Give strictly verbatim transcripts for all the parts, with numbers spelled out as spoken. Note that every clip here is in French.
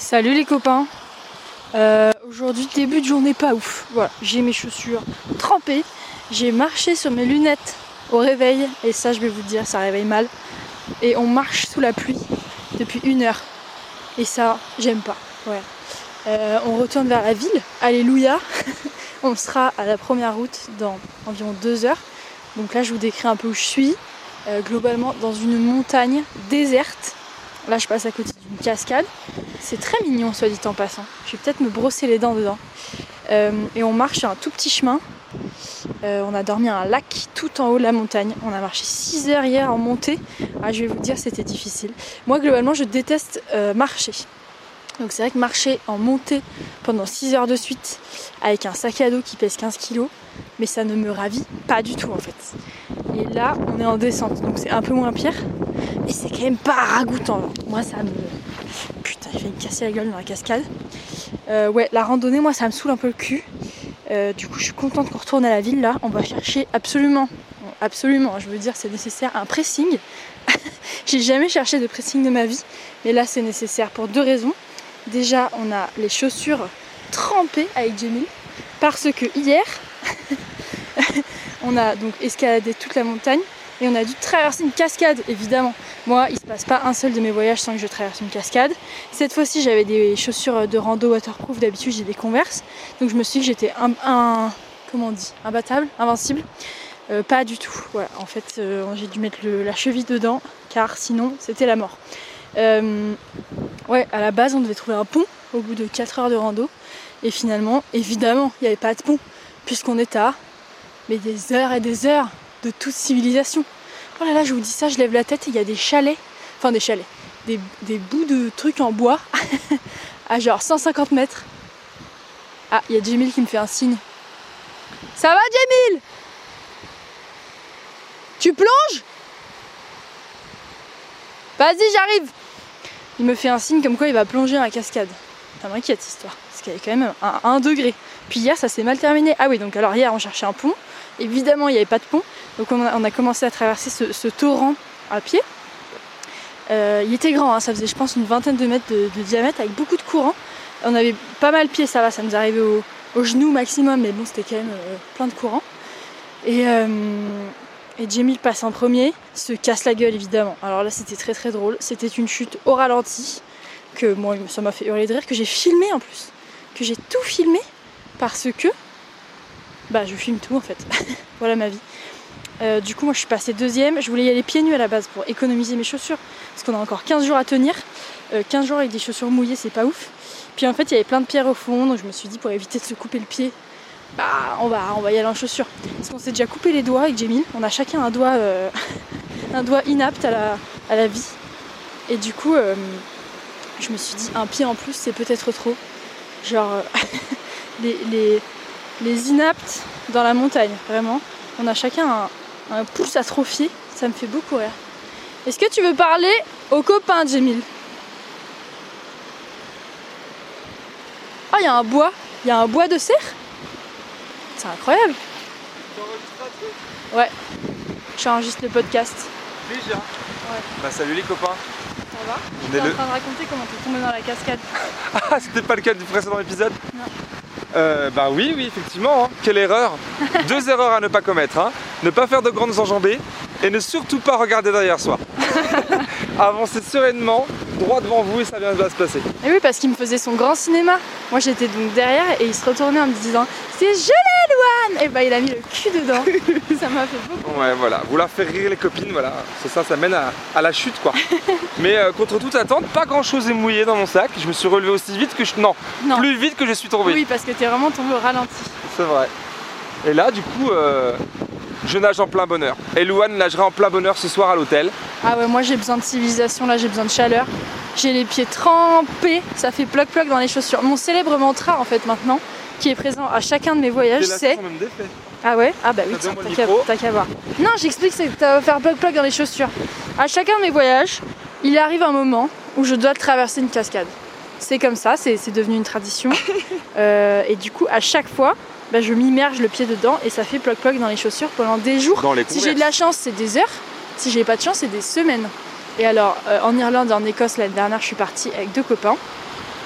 Salut les copains. euh, Aujourd'hui début de journée pas ouf. Voilà, j'ai mes chaussures trempées. J'ai marché sur mes lunettes au réveil. Et ça je vais vous dire, ça réveille mal. Et on marche sous la pluie depuis une heure. Et ça, j'aime pas. Ouais. Euh, on retourne vers la ville. Alléluia. On sera à la première route dans environ deux heures. Donc là je vous décris un peu où je suis. Euh, globalement dans une montagne déserte. Là je passe à côté d'une cascade. C'est très mignon soit dit en passant. Je vais peut-être me brosser les dents dedans. Euh, et on marche sur un tout petit chemin. Euh, on a dormi à un lac tout en haut de la montagne. On a marché six heures hier en montée. Ah, je vais vous dire c'était difficile. Moi globalement je déteste euh, marcher. Donc c'est vrai que marcher en montée pendant six heures de suite avec un sac à dos qui pèse quinze kilos, mais ça ne me ravit pas du tout en fait. Et là on est en descente donc c'est un peu moins pire, mais c'est quand même pas ragoûtant. Moi ça me... Putain, il fait me casser la gueule dans la cascade. Euh, ouais, la randonnée moi ça me saoule un peu le cul. Euh, du coup je suis contente qu'on retourne à la ville là. On va chercher absolument, absolument, je veux dire c'est nécessaire, un pressing. J'ai jamais cherché de pressing de ma vie, mais là c'est nécessaire pour deux raisons. Déjà, on a les chaussures trempées avec Jamil parce que hier, on a donc escaladé toute la montagne et on a dû traverser une cascade, évidemment. Moi, il ne se passe pas un seul de mes voyages sans que je traverse une cascade. Cette fois-ci, j'avais des chaussures de rando waterproof. D'habitude, j'ai des Converse. Donc, je me suis dit que j'étais un, un, comment on dit, imbattable, invincible. Euh, pas du tout. Voilà. En fait, euh, j'ai dû mettre le, la cheville dedans car sinon, c'était la mort. Euh, ouais, à la base on devait trouver un pont au bout de quatre heures de rando et finalement, évidemment, il n'y avait pas de pont puisqu'on est à mais des heures et des heures de toute civilisation. Oh là là, je vous dis ça, je lève la tête et il y a des chalets, enfin des chalets, des, des bouts de trucs en bois à genre cent cinquante mètres. Ah, il y a Jamil qui me fait un signe. Ça va Jamil? Tu plonges? Vas-y, j'arrive! Il me fait un signe comme quoi il va plonger dans la cascade. Ça m'inquiète cette histoire, parce qu'il y avait quand même un, un degré. Puis hier ça s'est mal terminé. Ah oui, donc alors hier on cherchait un pont. Évidemment il n'y avait pas de pont. Donc on a, on a commencé à traverser ce, ce torrent à pied. Euh, il était grand, hein, ça faisait je pense une vingtaine de mètres de, de diamètre avec beaucoup de courant. On avait pas mal pied, ça va, ça nous arrivait au, au genou maximum, mais bon c'était quand même euh, plein de courant. Et... Euh, Et Jamil passe en premier, se casse la gueule évidemment. Alors là c'était très très drôle, c'était une chute au ralenti, que moi ça m'a fait hurler de rire, que j'ai filmé en plus. Que j'ai tout filmé parce que bah je filme tout en fait. Voilà ma vie. Euh, du coup moi je suis passée deuxième, je voulais y aller pieds nus à la base pour économiser mes chaussures. Parce qu'on a encore quinze jours à tenir. Euh, quinze jours avec des chaussures mouillées c'est pas ouf. Puis en fait il y avait plein de pierres au fond, donc je me suis dit pour éviter de se couper le pied, bah on va, on va y aller en chaussures. Parce qu'on s'est déjà coupé les doigts avec Jamil. On a chacun un doigt, euh, un doigt inapte à la, à la vie. Et du coup, euh, je me suis dit un pied en plus c'est peut-être trop. Genre euh, les, les, les inaptes dans la montagne, vraiment. On a chacun un, un pouce atrophié. Ça me fait beaucoup rire. Est-ce que tu veux parler aux copains, Jamil? Ah, il y a un bois. Il y a un bois de cerf. C'est incroyable. Ouais, j'enregistre le podcast. Déjà. Ouais. Bah salut les copains. Ça va? On T'es est en le... train de raconter comment t'es tombé dans la cascade. Ah, c'était pas le cas du précédent épisode? Non. Euh, bah oui, oui, effectivement. Hein. Quelle erreur. Deux erreurs à ne pas commettre. Hein. Ne pas faire de grandes enjambées et ne surtout pas regarder derrière soi. Avancez sereinement, droit devant vous et ça va bien se passer. Et oui, parce qu'il me faisait son grand cinéma. Moi j'étais donc derrière et il se retournait en me disant c'est gelé Louane. Et bah il a mis le cul dedans. Ça m'a fait beaucoup. Ouais, voilà, vouloir faire rire les copines, voilà, c'est ça, ça mène à, à la chute quoi. Mais euh, contre toute attente, pas grand chose est mouillé dans mon sac. Je me suis relevé aussi vite que je. Non, non. plus vite que je suis tombé. Oui, parce que t'es vraiment tombé au ralenti. C'est vrai. Et là, du coup, euh, je nage en plein bonheur. Et Louane nagera en plein bonheur ce soir à l'hôtel. Ah ouais, moi j'ai besoin de civilisation, là j'ai besoin de chaleur. J'ai les pieds trempés, ça fait ploc-ploc dans les chaussures. Mon célèbre mantra en fait maintenant, qui est présent à chacun de mes voyages, c'est... Même d'effet. Ah ouais? Ah bah oui, tiens, t'as qu'à voir. Non, j'explique, c'est que ça va faire ploc-ploc dans les chaussures. À chacun de mes voyages, il arrive un moment où je dois traverser une cascade. C'est comme ça, c'est devenu une tradition. euh, et du coup, à chaque fois, bah, je m'immerge le pied dedans et ça fait ploc-ploc dans les chaussures pendant des jours. Dans les si j'ai de la chance, c'est des heures. Si j'ai pas de chance, c'est des semaines. Et alors, euh, en Irlande et en Écosse, l'année dernière, je suis partie avec deux copains.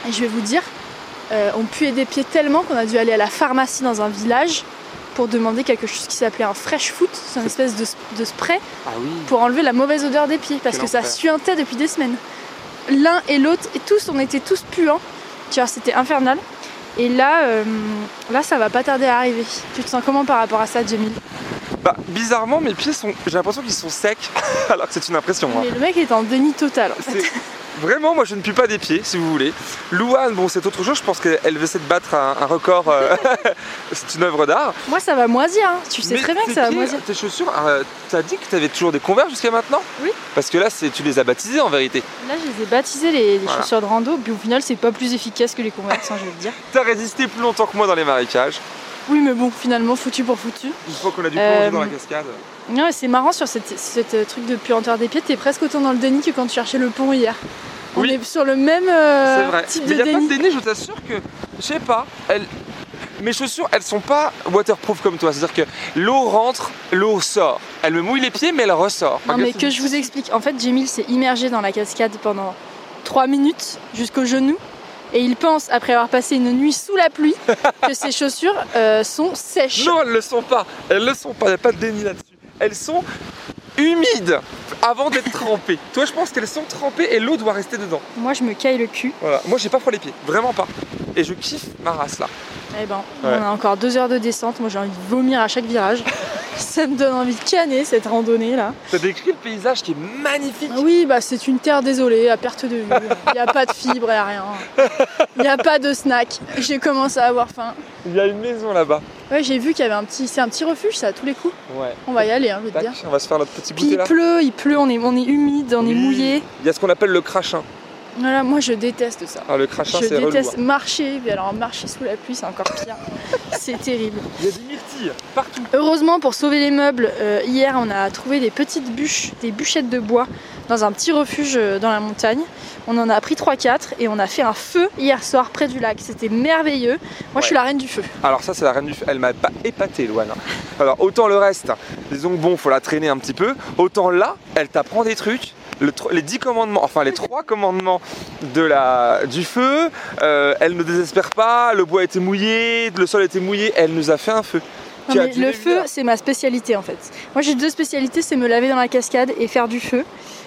Et je vais vous dire, euh, on puait des pieds tellement qu'on a dû aller à la pharmacie dans un village pour demander quelque chose qui s'appelait un fresh foot, c'est une espèce de, de spray Ah oui. pour enlever la mauvaise odeur des pieds parce Quel que ça enfer. suintait depuis des semaines. L'un et l'autre, et tous, on était tous puants. Tu vois, c'était infernal. Et là, euh, là, ça va pas tarder à arriver. Tu te sens comment par rapport à ça, Jamil? Bah, bizarrement, mes pieds sont. J'ai l'impression qu'ils sont secs, alors que c'est une impression. Hein. Mais le mec est en déni total. En fait. C'est- Vraiment, moi je ne pue pas des pieds, si vous voulez. Louane, bon, c'est autre chose, je pense qu'elle veut essayer de battre un, un record. euh, c'est une œuvre d'art. Moi, ça va moisir. Hein. Tu sais Mais très bien que tes ça va pieds, moisir. Tes chaussures, euh, t'as dit que t'avais toujours des Converse jusqu'à maintenant? Oui. Parce que là, c'est, tu les as baptisés en vérité. Là, je les ai baptisés les, les Voilà. chaussures de rando. Puis au final, c'est pas plus efficace que les Converse, hein, je vais te dire. T'as résisté plus longtemps que moi dans les marécages. Oui, mais bon, finalement, foutu pour foutu. Une fois qu'on a dû Euh, plonger dans la cascade. Non, et c'est marrant sur cette, cette euh, truc de puanteur des pieds. T'es presque autant dans le déni que quand tu cherchais le pont hier. On Oui. est sur le même euh, C'est vrai. type Mais de il n'y a pas déni. de déni, je t'assure que, je sais pas, elles- mes chaussures, elles sont pas waterproof comme toi. C'est-à-dire que l'eau rentre, l'eau sort. Elle me mouille les pieds, mais elle ressort. Non, mais Regarde, que c'est- je vous explique. En fait, Jamil s'est immergé dans la cascade pendant trois minutes jusqu'au genou. Et il pense, après avoir passé une nuit sous la pluie, que ses chaussures euh, sont sèches. Non, elles le sont pas. Elles le sont pas. Il n'y a pas de déni là-dessus. Elles sont humides avant d'être trempées. Toi, je pense qu'elles sont trempées et l'eau doit rester dedans. Moi, je me caille le cul. Voilà. Moi, j'ai pas froid les pieds. Vraiment pas. Et je kiffe ma race là. Eh ben, Ouais. on a encore deux heures de descente. Moi, j'ai envie de vomir à chaque virage. Ça me donne envie de canner cette randonnée là. T'as décrit le paysage qui est magnifique. Oui, bah c'est une terre désolée, à perte de vue. Il n'y a pas de fibre, il n'y a rien. Il n'y a pas de snack. J'ai commencé à avoir faim. Il y a une maison là-bas. Ouais, j'ai vu qu'il y avait un petit, c'est un petit refuge ça à tous les coups. Ouais. On va y aller, hein, je vais te Tac, dire. on va se faire notre petit Puis goûter il là. pleut, il pleut, on est, on est humide, on est Oui. mouillé. Il y a ce qu'on appelle le crachin. Voilà, moi je déteste ça. Alors le crachin, Je c'est relou. déteste hein. marcher, puis alors marcher sous la pluie c'est encore pire. C'est terrible. Il y a des myrtilles partout. Heureusement pour sauver les meubles, euh, hier on a trouvé des petites bûches, des bûchettes de bois dans un petit refuge euh, dans la montagne. On en a pris trois quatre et on a fait un feu hier soir près du lac. C'était merveilleux. Moi je suis la reine du feu. Alors ça c'est la reine du feu, elle m'a pas épaté Louane. Alors autant le reste, disons que bon faut la traîner un petit peu, autant là elle t'apprend des trucs, le tro- les dix commandements, enfin les trois commandements de la, du feu, euh, elle ne désespère pas, le bois était mouillé, le sol était mouillé, elle nous a fait un feu. Non, Qui a mais duré le une feu heure. c'est ma spécialité en fait. Moi j'ai deux spécialités, c'est me laver dans la cascade et faire du feu.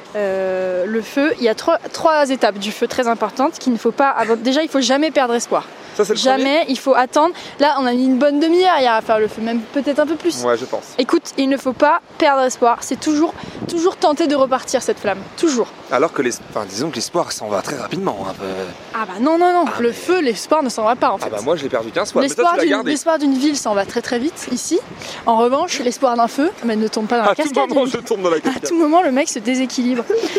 Euh, le feu, il y a trois, trois étapes du feu très importantes qu'il ne faut pas avoir. Déjà il faut jamais perdre espoir. Ça c'est le premier. Jamais, il faut attendre. Là, on a mis une bonne demi-heure hier à faire le feu, même peut-être un peu plus. Ouais je pense. Écoute, il ne faut pas perdre espoir. C'est toujours, toujours tenter de repartir cette flamme. Toujours. Alors que les, enfin, disons que l'espoir s'en va très rapidement. Un peu. Ah bah non, non, non. Ah, le mais- feu, l'espoir ne s'en va pas en fait. Ah bah moi je l'ai perdu quinze fois, mais toi L'espoir tu l'as d'une, gardé. l'espoir d'une ville s'en va très très vite ici. En revanche, l'espoir d'un feu, mais ne tombe pas dans la À tout cascade. moment lui. je tombe dans la À cascade. tout moment, le mec se déséquilibre.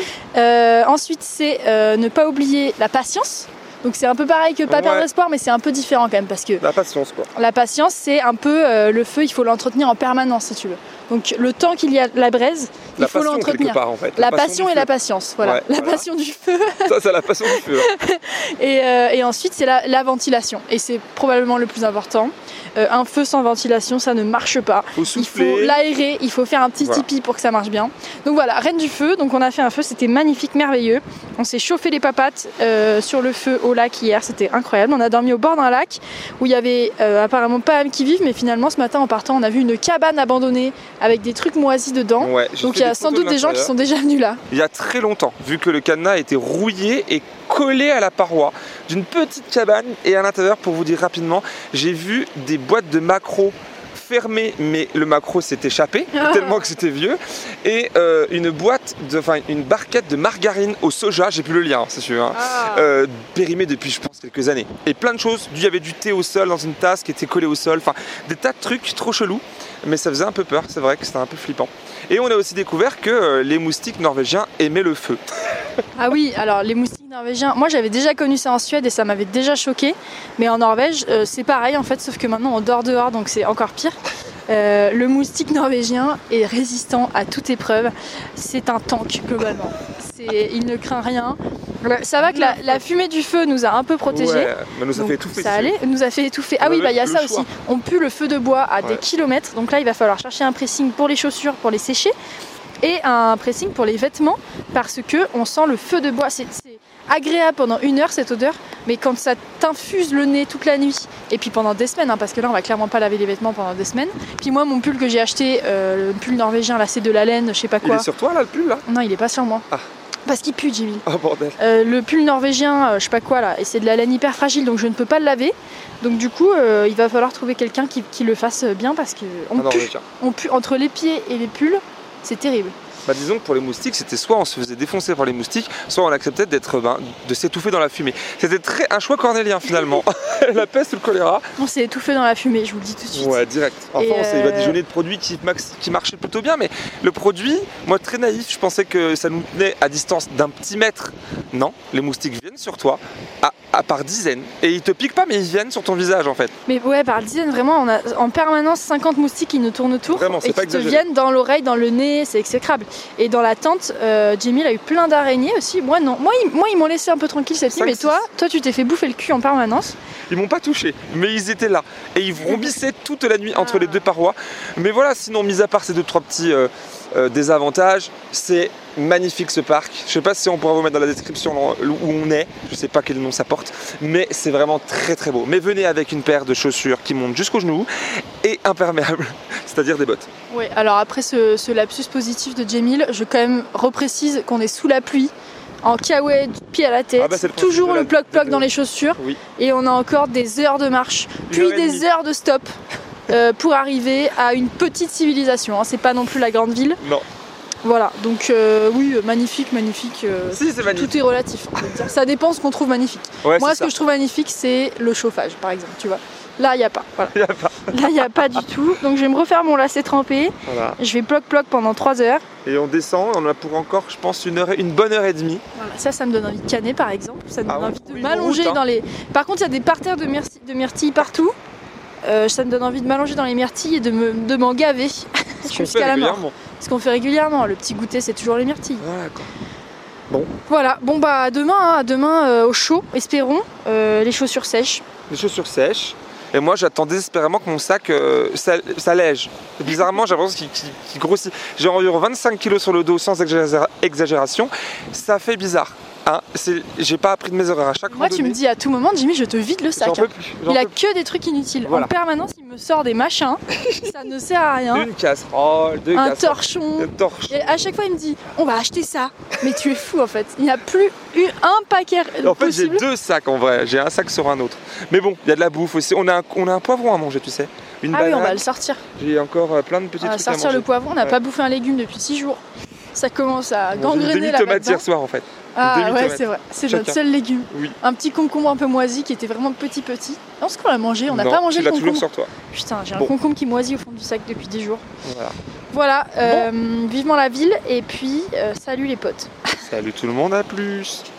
Euh, ensuite, c'est euh, ne pas oublier la patience. Donc c'est un peu pareil que pas Ouais. perdre espoir, mais c'est un peu différent quand même parce que La patience quoi. la patience, c'est un peu euh, le feu, il faut l'entretenir en permanence si tu veux. Donc le temps qu'il y a la braise, il La faut passion quelque l'entretenir. part en fait. La, du passion et feu. la patience, voilà. Ouais, la voilà. passion du feu. Ça c'est la passion du feu. hein. Et, euh, et ensuite, c'est la, la ventilation. Et c'est probablement le plus important. Euh, un feu sans ventilation, ça ne marche pas. Faut Il souffler. faut l'aérer, il faut faire un petit Voilà. tipi pour que ça marche bien. Donc voilà, reine du feu. Donc on a fait un feu, c'était magnifique, merveilleux. On s'est chauffé les papates euh, sur le feu au lac hier, c'était incroyable. On a dormi au bord d'un lac où il y avait euh, apparemment pas âme qui vive, mais finalement ce matin en partant, on a vu une cabane abandonnée avec des trucs moisis dedans. Ouais, j'ai Donc fait il y a des sans photos doute de des gens qui l'intérieur. sont déjà venus là. Il y a très longtemps, vu que le cadenas a été rouillé et collé à la paroi d'une petite cabane. Et à l'intérieur, pour vous dire rapidement, j'ai vu des boîtes de maquereaux fermées, mais le maquereau s'est échappé Ah. tellement que c'était vieux. Et euh, une boîte, de, enfin une barquette de margarine au soja, j'ai plus le lien, c'est sûr. hein. Euh, périmé depuis je pense quelques années et plein de choses, il y avait du thé au sol dans une tasse qui était collée au sol, enfin des tas de trucs trop chelous, mais ça faisait un peu peur, c'est vrai que c'était un peu flippant. Et on a aussi découvert que euh, les moustiques norvégiens aimaient le feu. Ah oui, alors les moustiques norvégiens, moi j'avais déjà connu ça en Suède et ça m'avait déjà choqué, mais en Norvège euh, c'est pareil en fait, sauf que maintenant on dort dehors donc c'est encore pire. Euh, le moustique norvégien est résistant à toute épreuve, c'est un tank globalement, c'est, il ne craint rien. Euh, Ça va que la, la fumée du feu nous a un peu protégés. Ouais, mais nous a Donc, fait étouffer. ça allait, nous a fait étouffer. Ah On oui, avait bah il y a le ça choix. aussi. On pue le feu de bois à des Ouais. kilomètres. Donc là, il va falloir chercher un pressing pour les chaussures, pour les sécher, et un pressing pour les vêtements, parce que on sent le feu de bois. C'est c'est agréable pendant une heure cette odeur. Mais quand ça t'infuse le nez toute la nuit, et puis pendant des semaines, hein, parce que là on va clairement pas laver les vêtements pendant des semaines. Puis moi mon pull que j'ai acheté, euh, le pull norvégien, là c'est de la laine, je sais pas quoi. Il est sur toi là le pull là? Non, il est pas sur moi. Ah. Parce qu'il pue, Jimmy. Oh bordel. Euh, le pull norvégien, euh, je sais pas quoi là, et c'est de la laine hyper fragile, donc je ne peux pas le laver. Donc du coup, euh, il va falloir trouver quelqu'un qui, qui le fasse bien parce que on Ah, pue, on pue entre les pieds et les pulls, c'est terrible. Bah disons que pour les moustiques, c'était soit on se faisait défoncer par les moustiques, soit on acceptait d'être, ben, de s'étouffer dans la fumée. C'était très un choix cornélien finalement. La peste ou le choléra. On s'est étouffé dans la fumée, je vous le dis tout de suite. Ouais, direct. Enfin, Et on s'est euh... badigeonné de produits qui, qui marchaient plutôt bien, mais le produit, moi très naïf, je pensais que ça nous tenait à distance d'un petit mètre. Non, les moustiques viennent sur toi à, à par dizaines. Et ils te piquent pas, mais ils viennent sur ton visage en fait. Mais ouais, par dizaines, vraiment, on a en permanence cinquante moustiques qui nous tournent autour. Vraiment, c'est et pas qui te exagéré. viennent dans l'oreille, dans le nez, c'est exécrable. Et dans la tente, euh, Jamie a eu plein d'araignées aussi. Moi non, moi ils, moi, ils m'ont laissé un peu tranquille cette nuit, mais toi, toi tu t'es fait bouffer le cul en permanence. Ils m'ont pas touché, mais ils étaient là. Et ils vrombissaient toute la nuit entre les deux parois. Mais voilà, sinon, mis à part ces deux, trois petits euh, euh, désavantages, c'est magnifique ce parc. Je sais pas si on pourra vous mettre dans la description où on est. Je sais pas quel nom ça porte. Mais c'est vraiment très très beau. Mais venez avec une paire de chaussures qui montent jusqu'aux genoux et imperméables, c'est-à-dire des bottes. Oui, alors après ce, ce lapsus positif de Jamil, je quand même reprécise qu'on est sous la pluie. En kawaii, du pied à la tête, ah bah le toujours le ploc-ploc de... dans les chaussures, oui. Et on a encore des heures de marche, puis heure des heures de stop euh, pour arriver à une petite civilisation. Hein. C'est pas non plus la grande ville. Non. Voilà, donc euh, oui, magnifique, magnifique. Euh, si, c'est magnifique. Tout est relatif. Ça dépend ce qu'on trouve magnifique. Ouais, Moi, ce ça. que je trouve magnifique, c'est le chauffage, par exemple. Tu vois. Là, il n'y a pas. Voilà. Y a pas. Là, il n'y a pas du tout. Donc, je vais me refaire mon lacet trempé. Voilà. Je vais ploc-ploc pendant trois heures. Et on descend, on a pour encore, je pense, une, heure, une bonne heure et demie. Voilà. Ça, ça me donne envie de canner, par exemple. Ça me donne ah, envie de oui, m'allonger route, hein. dans les... Par contre, il y a des parterres de, myrtilles, de myrtilles partout. Euh, ça me donne envie de m'allonger dans les myrtilles et de, me, de m'en gaver. Jusqu'à la mort. Ce qu'on fait régulièrement. Le petit goûter, c'est toujours les myrtilles. Voilà, quoi. Bon. Voilà, bon bah à demain, hein, à demain euh, au chaud, espérons, euh, les chaussures sèches. Les chaussures sèches. Et moi j'attends désespérément que mon sac euh, s'allège. Bizarrement j'ai l'impression qu'il qu'il grossit. J'ai environ vingt-cinq kilos sur le dos sans exagéra exagération. Ça fait bizarre. Hein, j'ai pas appris de mes erreurs à chaque Moi randonnée. tu me dis à tout moment, Jimmy, je te vide le sac. J'en peux plus. Il a peux que des trucs inutiles. Voilà. En permanence, il me sort des machins. Ça ne sert à rien. Une casserole, deux Un casseroles, torchon. un torchon. Et à chaque fois, il me dit, on va acheter ça. Mais tu es fou en fait. Il n'y a plus eu un paquet. En fait, j'ai possible. deux sacs en vrai. J'ai un sac sur un autre. Mais bon, il y a de la bouffe aussi. On a un, on a un poivron à manger, tu sais. Une ah banane. oui, on va le sortir. J'ai encore euh, plein de petits on trucs va sortir à manger. le poivron. On n'a ouais. pas bouffé un légume depuis six jours. Ça commence à Une gangréner la demi-tomate hier soir en fait. Ah ouais, c'est vrai, c'est notre seul légume. Oui. Un petit concombre un peu moisi qui était vraiment petit petit. Non, ce qu'on l'a mangé, on n'a non, pas mangé tu le l'as concombre. toujours sur toi. Putain, j'ai bon. un concombre qui moisit au fond du sac depuis dix jours. Voilà. Voilà, euh, bon. vivement la ville et puis euh, salut les potes. Salut tout le monde, à plus.